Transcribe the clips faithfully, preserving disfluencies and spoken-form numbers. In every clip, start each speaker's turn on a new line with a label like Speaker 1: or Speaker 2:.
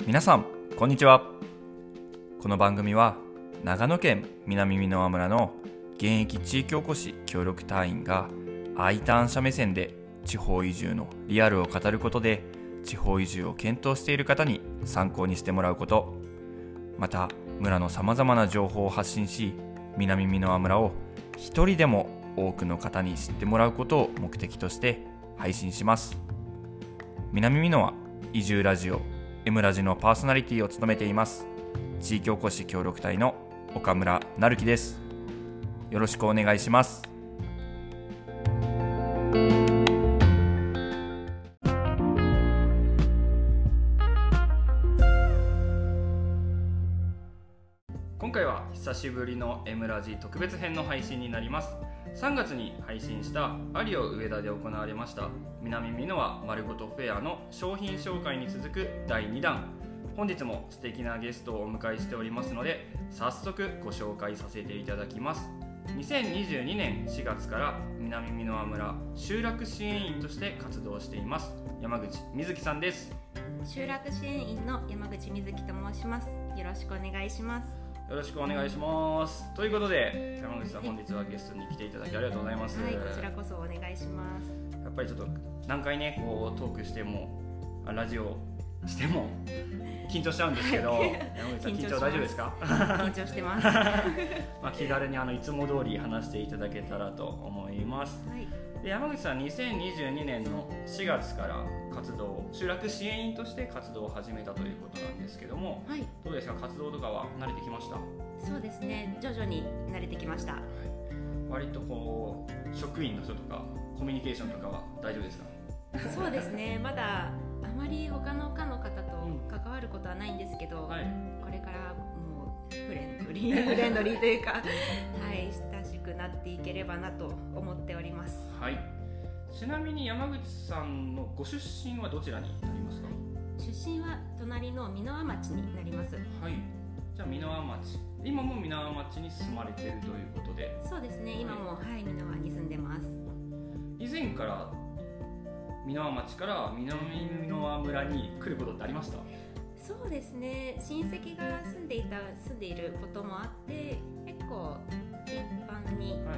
Speaker 1: 皆さんこんにちは。この番組は長野県南箕輪村の現役地域おこし協力隊員が I ターン者目線で地方移住のリアルを語ることで、地方移住を検討している方に参考にしてもらうこと、また村のさまざまな情報を発信し、南箕輪村を一人でも多くの方に知ってもらうことを目的として配信します。南箕輪移住ラジオ M ラジのパーソナリティを務めています地域おこし協力隊の岡村成樹です。よろしくお願いします。今回は久しぶりの M ラジ特別編の配信になります。さんがつに配信したアリオ上田で行われました南箕輪まるごとフェアの商品紹介に続くだいにだん、本日も素敵なゲストをお迎えしておりますので、早速ご紹介させていただきます。にせんにじゅうにねんしがつから南箕輪村集落支援員として活動しています山口瑞希さんです。
Speaker 2: 集落支援員の山口瑞希と申します。よろしくお願いします。
Speaker 1: よろしくお願いします。ということで山口さん、本日はゲストに来ていただきありがとうございます。
Speaker 2: はい、こちらこそお願いします。
Speaker 1: やっぱりちょっと何回ねこうトークしてもラジオしても緊張しちゃうんですけど、はい、山口さん緊張大丈夫ですか？
Speaker 2: 緊張してます。
Speaker 1: まあ気軽にあのいつも通り話していただけたらと思います。はい、で山口さんにせんにじゅうにねんのしがつから活動集落支援員として活動を始めたということなんですけども、はい、どうですか、活動とかは慣れてきました？
Speaker 2: そうですね、徐々に慣れてきました。はい、
Speaker 1: 割とこう職員の人とかコミュニケーションとかは大丈夫ですか？
Speaker 2: そうですね、まだあまり他の課の方と関わることはないんですけど、うん、はい、これからもうフレンドリーフレンドリーというか、はい、親しくなっていければなと思っております。
Speaker 1: はい。ちなみに山口さんのご出身はどちらになりますか？
Speaker 2: 出身は隣の箕輪町になります。
Speaker 1: はい。じゃあ箕輪町、今も箕輪町に住まれているということで。
Speaker 2: そうですね、今も、はい、箕輪に住んでます。
Speaker 1: 以前から箕輪町から南箕輪村に来ることってありました？
Speaker 2: そうですね、親戚が住んでいた住んでいることもあって結構頻繁に、はいはい、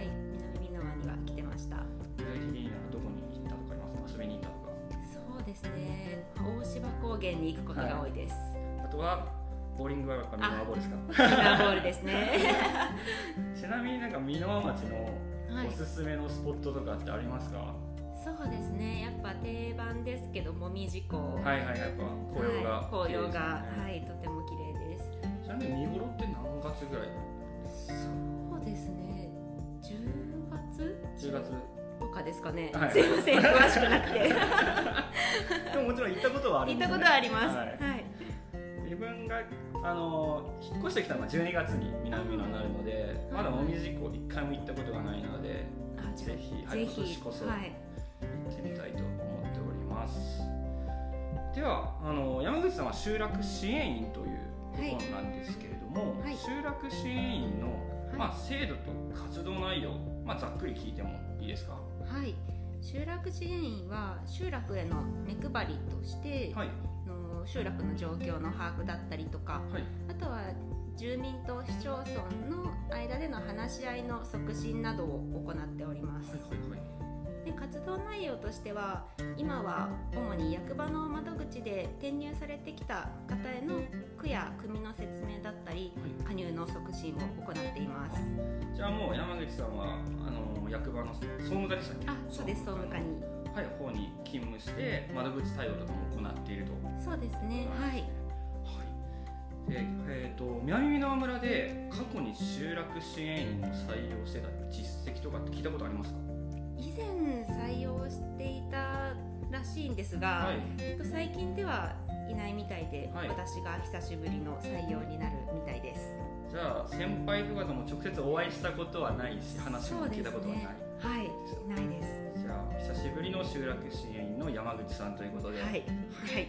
Speaker 2: 南箕輪には来てました。
Speaker 1: 具体的にどこに行ったとかありますか？遊びに行ったとか。
Speaker 2: そうですね、大芝高原に行くことが多いです。
Speaker 1: はい、あとはボーリングはやっぱ箕輪ボールですか？
Speaker 2: 箕輪ボールですね。
Speaker 1: ちなみになんか箕輪町のおすすめのスポットとかってありますか？はい、
Speaker 2: そうですね、やっぱ定番ですけどもみじ湖、
Speaker 1: はいはい、やっぱ紅葉が、
Speaker 2: はい、紅葉が、はい、とても綺麗です。
Speaker 1: ちなみに見頃って何月ぐらい？
Speaker 2: そうですね、じゅうがつ
Speaker 1: じゅうがつ
Speaker 2: とかですかね。
Speaker 1: はい、
Speaker 2: すいません、詳しくなくて。
Speaker 1: でももちろん行ったことはあるんですね。
Speaker 2: 行ったことはあります。はい。はい、
Speaker 1: 自分があの引っ越してきたのがじゅうにがつに南箕輪になるので、うん、まだもみじ湖一回も行ったことがないので、あ、ぜひ、はい、今年こそ行ってみたいと思っております。はい、ではあの山口さんは集落支援員ということなんですけれども、はい、集落支援員の、はい、まあ、制度と活動内容、まあ、ざっくり聞いてもいいですか？
Speaker 2: はい、集落支援員は集落への目配りとして、はい、の集落の状況の把握だったりとか、はい、あとは住民と市町村の間での話し合いの促進などを行っております。はいはいはい、で活動内容としては今は主に役場の窓口で転入されてきた方への区や組の説明だったり、はい、加入の促進を行っています。
Speaker 1: じゃあもう山口さんはあの役場の総務課でしたっけ？
Speaker 2: あ、そうです、総務課に、
Speaker 1: はい、方に勤務して窓口対応とかも行っていると。
Speaker 2: そうですね、はい。
Speaker 1: でえー、と南箕輪村で過去に集落支援員を採用してた実績とかって聞いたことありますか？
Speaker 2: 以前採用していたらしいんですが、はい、最近ではいないみたいで、はい、私が久しぶりの採用になるみたいです。
Speaker 1: じゃあ先輩とかとも直接お会いしたことはないし、話も聞いたことはない？
Speaker 2: はい、ないです。
Speaker 1: じゃあ久しぶりの集落支援員の山口さんということで、
Speaker 2: はい、はい、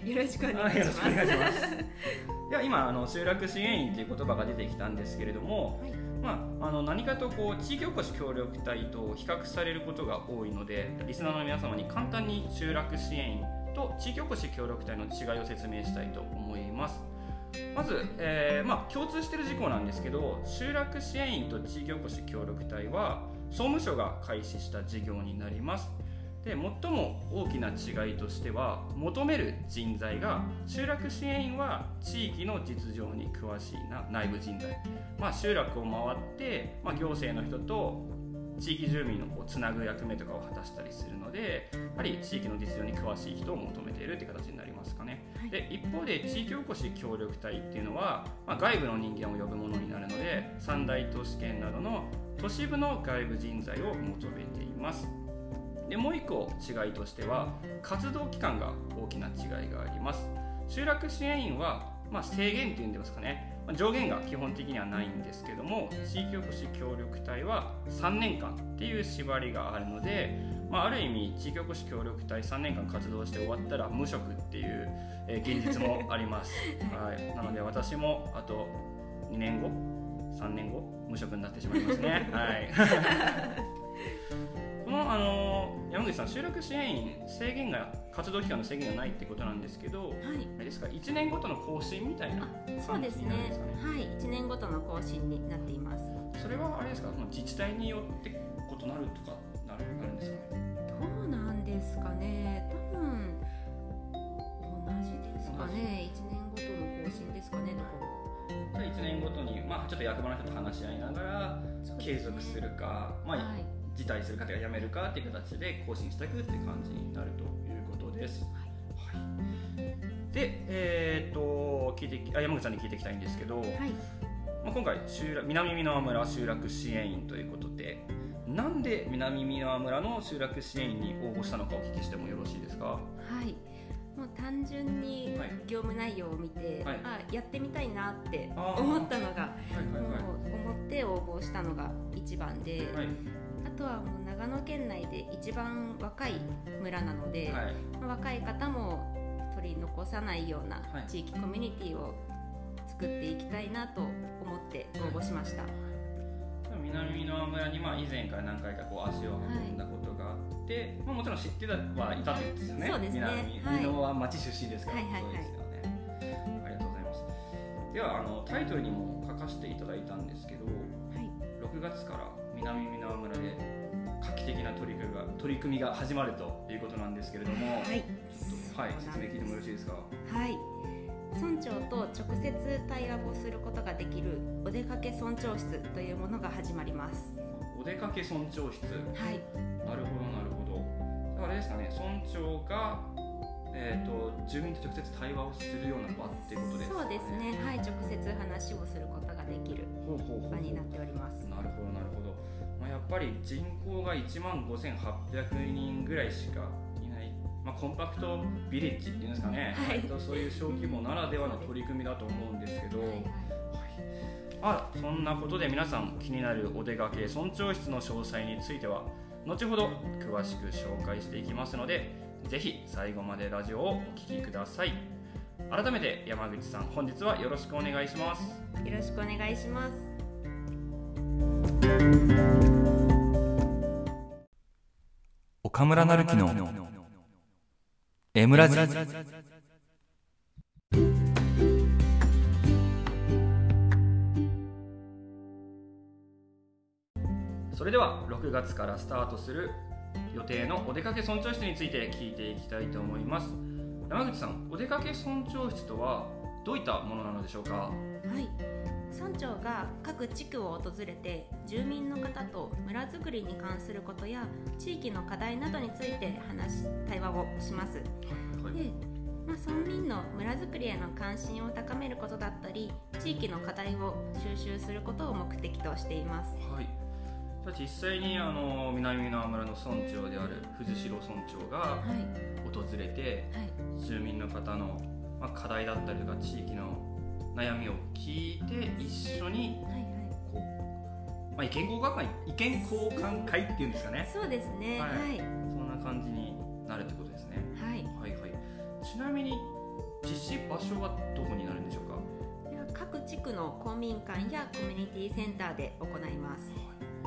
Speaker 2: よろしくお願いします。
Speaker 1: では今あの集落支援員という言葉が出てきたんですけれども、はい、まあ、あの何かとこう地域おこし協力隊と比較されることが多いので、リスナーの皆様に簡単に集落支援員と地域おこし協力隊の違いを説明したいと思います。まず、えーまあ、共通している事項なんですけど、集落支援員と地域おこし協力隊は総務省が開始した事業になります。で、最も大きな違いとしては、求める人材が、集落支援員は地域の実情に詳しいな内部人材、まあ、集落を回って、まあ、行政の人と地域住民のこうつなぐ役目とかを果たしたりするので、やはり地域の実情に詳しい人を求めているという形になりますかね。はい、で一方で地域おこし協力隊っていうのは、まあ、外部の人間を呼ぶものになるので、三大都市圏などの都市部の外部人材を求めています。でもう一個違いとしては、活動期間が大きな違いがあります。集落支援員は、まあ、制限っていうんですかね、上限が基本的にはないんですけども、地域おこし協力隊はさんねんかんっていう縛りがあるので、まあ、ある意味地域おこし協力隊さんねんかん活動して終わったら無職っていう、えー、現実もあります、はい、なので私もあとにねんごさんねんご無職になってしまいますね、はいこの、あのー、山口さん、集落支援員制限が活動期間の制限がないってことなんですけど、はい、あれですか、いちねんごとの更新みたいな感じになるんですかね。
Speaker 2: そうですね、はい、いちねんごとの更新になっています。
Speaker 1: それはあれですか、自治体によって異なるとかなるんですかね。
Speaker 2: どうなんですかね、多分同じですかね。いちねんごとの更新ですかね。どこ
Speaker 1: じゃあいちねんごとに、まあ、ちょっと役場の人と話し合いながら継続するか、ね、まあ、はい、辞退するかとか辞めるかっていう形で更新していくっていう感じになるということです。はいはい、で、えー、っと聞いてあ山口さんに聞いていきたいんですけど、はい、まあ、今回集落南箕輪村集落支援員ということで、なんで南箕輪村の集落支援員に応募したのかお聞きしてもよろしいですか。
Speaker 2: はい、もう単純に業務内容を見て、はい、あやってみたいなって思ったのが、はいはいはい、もう思って応募したのが一番で、はい、あとはもう長野県内で一番若い村なので、はい、若い方も取り残さないような地域コミュニティを作っていきたいなと思って応募しました。はい、
Speaker 1: 南箕輪村にまあ以前から何回かこう足を運んだことがあって、はい、まあ、もちろん知ってはいたんですよね。
Speaker 2: そうですね。
Speaker 1: 南箕輪町出身ですから、はいはいはい、そうですよね。ありがとうございます。ではあのタイトルにも書かせていただいたんですけど、はい、ろくがつから南箕輪村で画期的な取り組みが取り組みが始まるということなんですけれども、はい、はい、説明聞いてもよろしいですか。
Speaker 2: はい。村長と直接対話をすることができるお出かけ村長室というものが始まります。
Speaker 1: お出かけ村長室、
Speaker 2: はい、
Speaker 1: なるほどなるほど。だからあれですかね、村長が、えー、と住民と直接対話をするような場っていうことですかね。
Speaker 2: そうですね、はい、直接話をすることができる場になっております。
Speaker 1: なるほどなるほど。まあ、やっぱり人口がいちまんごせんはっぴゃくにんぐらいしかいない、まあ、コンパクトビレッジっていうんですかね、はい、そういう小規模ならではの取り組みだと思うんですけど、はいはい、あそんなことで皆さん気になるお出かけ村長室の詳細については後ほど詳しく紹介していきますので、ぜひ最後までラジオをお聞きください。改めて山口さん、本日はよろしくお願いします。
Speaker 2: よろしくお願いします。
Speaker 1: 岡村成樹のエムラジ。それではろくがつからスタートする予定のお出かけ村長室について聞いていきたいと思います。山口さん、お出かけ村長室とはどういったものなのでしょうか。
Speaker 2: はい、村長が各地区を訪れて住民の方と村づくりに関することや地域の課題などについて話し対話をします。はいはい、で、まあ、村民の村づくりへの関心を高めることだったり、地域の課題を収集することを目的としています。
Speaker 1: はい、実際にあの南箕輪村の村長である藤代村長が訪れて、はいはい、住民の方の、まあ、課題だったりとか地域の悩みを聞いて一緒にこう、まあ、意見交換会意見交換会っていうんですかね。
Speaker 2: そうですね、はいはい、
Speaker 1: そんな感じになるってことですね。はい、はいはい。ちなみに実施場所はどこになるんでしょうか。
Speaker 2: 各地区の公民館やコミュニティセンターで行います。
Speaker 1: はい、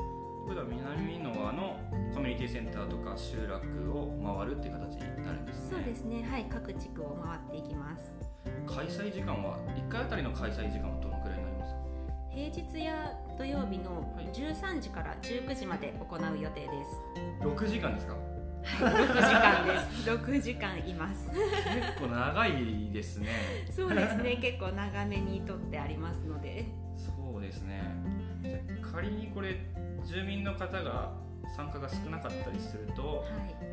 Speaker 1: ことは南箕輪のコミュニティセンターとか集落を回るっていう形になるんですね。
Speaker 2: そうですね、はい、各地区を回っていきます。
Speaker 1: 開催時間はいっかいあたりの開催時間はどのくらいになりますか？
Speaker 2: 平日や土曜日のじゅうさんじからじゅうくじまで行う予定です。
Speaker 1: ろくじかんですか？
Speaker 2: はい、ろくじかんです。ろくじかんいます。
Speaker 1: 結構長いですね。
Speaker 2: そうですね、結構長めにとってありますので。
Speaker 1: そうですね。じゃ仮にこれ住民の方が参加が少なかったりすると、はい、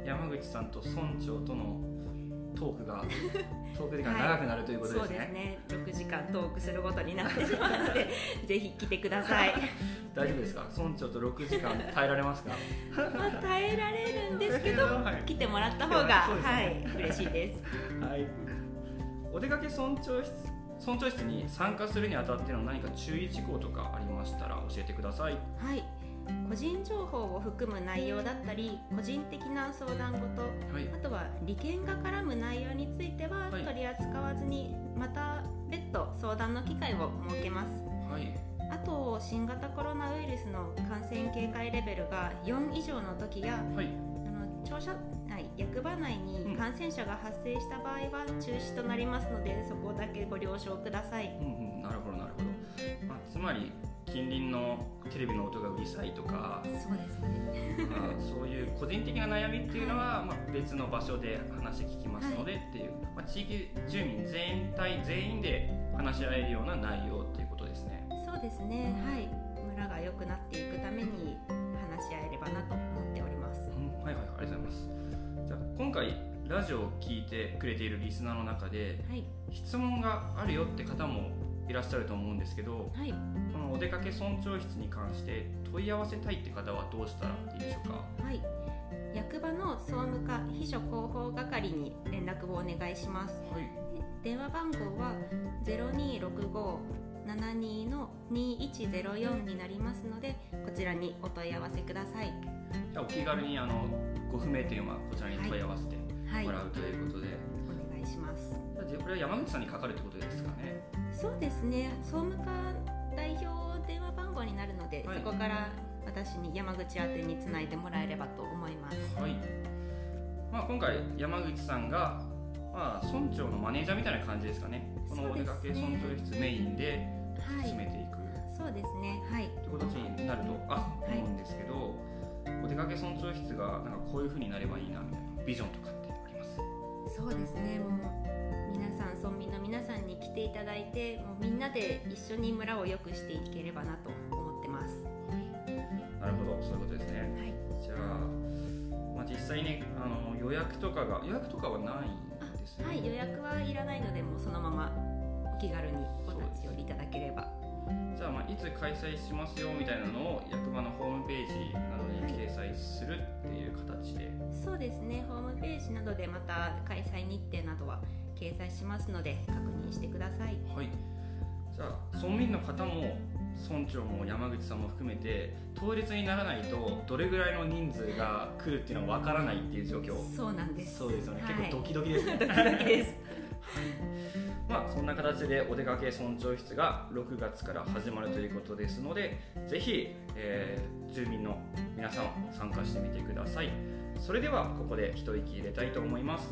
Speaker 1: 山口さんと村長とのトークがトーク時間長くなるということですね。はい、そうですね。
Speaker 2: ろくじかんトークすることになってしまうのでぜひ来てください。
Speaker 1: 大丈夫ですか？村長とろくじかん耐えられますか？
Speaker 2: まあ、耐えられるんですけど、はい、来てもらった方が、ね、はい、嬉しいです。はい。
Speaker 1: お出かけ村長室村長室に参加するにあたっての何か注意事項とかありましたら教えてください。
Speaker 2: はい。個人情報を含む内容だったり個人的な相談事、はい、あとは利権が絡む内容については取り扱わずに、はい、また別途相談の機会を設けます。はい、あと新型コロナウイルスの感染警戒レベルがよん以上の時や、はい、あの庁舎内役場内に感染者が発生した場合は中止となりますので、うん、そこだけご了承ください。
Speaker 1: うんうん、なるほどなるほど。まあ、つまり近隣のテレビの音がうるさいとか、
Speaker 2: そうですね、
Speaker 1: まあ、そういう個人的な悩みっていうのは、はい、まあ、別の場所で話聞きますのでっていう、はい、まあ、地域住民全体全員で話し合えるような内容っていうことですね。
Speaker 2: そうですね、はい、村が良くなっていくために話し合えればなと思っております。
Speaker 1: うん、はいはい、ありがとうございます。じゃあ今回ラジオを聞いてくれているリスナーの中で、はい、質問があるよって方もいらっしゃると思うんですけど、はい、このお出かけ村長室に関して問い合わせたいって方はどうしたらいいでしょうか？
Speaker 2: はい、役場の総務課秘書広報係に連絡をお願いします。はい、電話番号は ゼロにーろくごーななにーのにいちゼロよん になりますので、こちらにお問い合わせください。
Speaker 1: じゃあお気軽にあのご不明点はこちらに問い合わせてもらうということで、はいはい、
Speaker 2: お願いします。
Speaker 1: これは山口さんにかかるってことですかね？
Speaker 2: そうですね、総務課代表電話番号になるので、はい、そこから私に山口宛てにつないでもらえればと思います。はい、
Speaker 1: まあ、今回山口さんが、まあ、村長のマネージャーみたいな感じですかね。このお出かけ村長室メインで進めていく、はい、
Speaker 2: そうですね、はい、
Speaker 1: という形になるとあ、はい、思うんですけど、お出かけ村長室がなんかこういう風になればいいなみたいなビジョンとかってあります？
Speaker 2: そうですね、もう皆さん村民の皆さんに来ていただいて、もうみんなで一緒に村を良くしていければなと思ってます。
Speaker 1: なるほど、そういうことですね。はい、じゃあ、まあ、実際にあの予約とかが予約とかはないんですね。
Speaker 2: はい、予約はいらないので、もうそのままお気軽にお立ち寄りいただければ。
Speaker 1: じゃあ、まあいつ開催しますよみたいなのを役場のホームページなどに掲載するっていう形で、はい、
Speaker 2: そうですね、ホームページなどでまた開催日程などは掲載しますので確認してください。
Speaker 1: はい、じゃあ村民の方も村長も山口さんも含めて当日にならないとどれぐらいの人数が来るっていうのは分からないっていう状況。
Speaker 2: そうなんです。
Speaker 1: そうですよね、はい、結構ドキドキですね。
Speaker 2: ドキドキです。
Speaker 1: まあそんな形でお出かけ村長室がろくがつから始まるということですので、ぜひ、えー、住民の皆さん参加してみてください。それではここで一息入れたいと思います。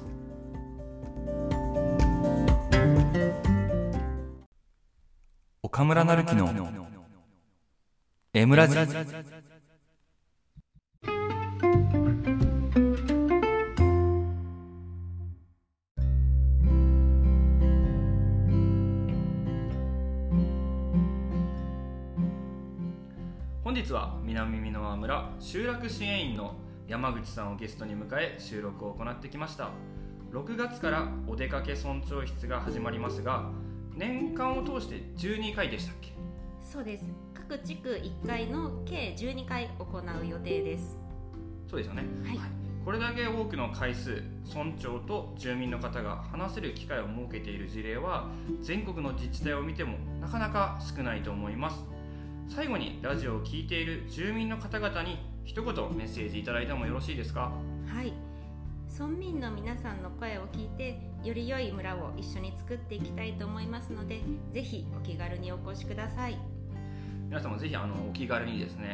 Speaker 1: 岡村成樹のエムラジ。本日は南箕輪村集落支援員の山口さんをゲストに迎え収録を行ってきました。ろくがつからお出かけ村長室が始まりますが、年間を通してじゅうにかいでしたっけ？
Speaker 2: そうです。各地区いっかいの計じゅうにかい行う予定です。
Speaker 1: そうですよね、
Speaker 2: はい、
Speaker 1: これだけ多くの回数村長と住民の方が話せる機会を設けている事例は全国の自治体を見てもなかなか少ないと思います。最後にラジオを聞いている住民の方々に一言メッセージいただいてもよろしいですか？
Speaker 2: はい、村民の皆さんの声を聞いてより良い村を一緒に作っていきたいと思いますので、ぜひお気軽にお越しください。
Speaker 1: 皆さんもぜひあのお気軽にですね、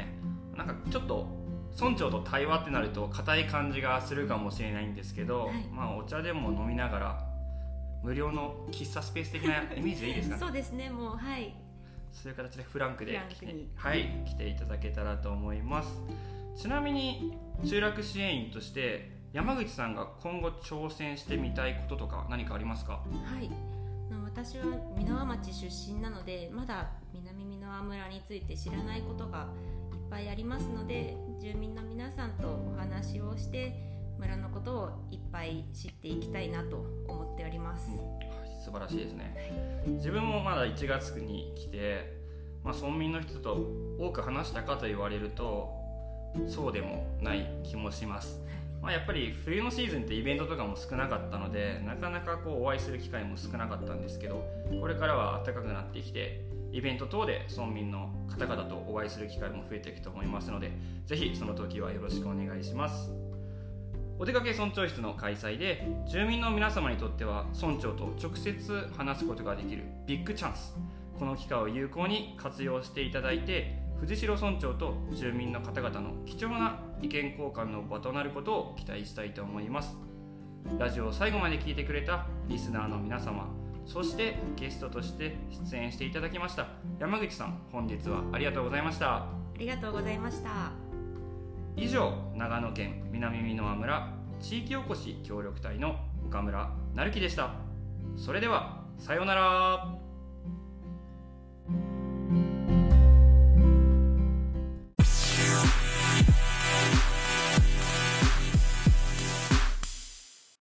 Speaker 1: なんかちょっと村長と対話ってなると硬い感じがするかもしれないんですけど、はい、まあお茶でも飲みながら無料の喫茶スペース的なイメージでいいですかね。
Speaker 2: そうですね、もうはい
Speaker 1: そういう形でフランクで
Speaker 2: 来て、
Speaker 1: はい、来ていただけたらと思います。ちなみに集落支援員として山口さんが今後挑戦してみたいこととか何かありますか？
Speaker 2: はい、私は箕輪町出身なのでまだ南箕輪村について知らないことがいっぱいありますので、住民の皆さんとお話をして村のことをいっぱい知っていきたいなと思っております、うん、
Speaker 1: 素晴らしいですね、はい、自分もまだいちがつに来て、まあ、村民の人と多く話したかと言われるとそうでもない気もします。まあ、やっぱり冬のシーズンってイベントとかも少なかったのでなかなかこうお会いする機会も少なかったんですけど、これからは暖かくなってきてイベント等で村民の方々とお会いする機会も増えていくと思いますので、ぜひその時はよろしくお願いします。お出かけ村長室の開催で住民の皆様にとっては村長と直接話すことができるビッグチャンス、この機会を有効に活用していただいて藤代村長と住民の方々の貴重な意見交換の場となることを期待したいと思います。ラジオを最後まで聞いてくれたリスナーの皆様、そしてゲストとして出演していただきました山口さん、本日はありがとうございました。
Speaker 2: ありがとうございました。
Speaker 1: 以上、長野県南箕輪村地域おこし協力隊の岡村成樹でした。それではさようなら。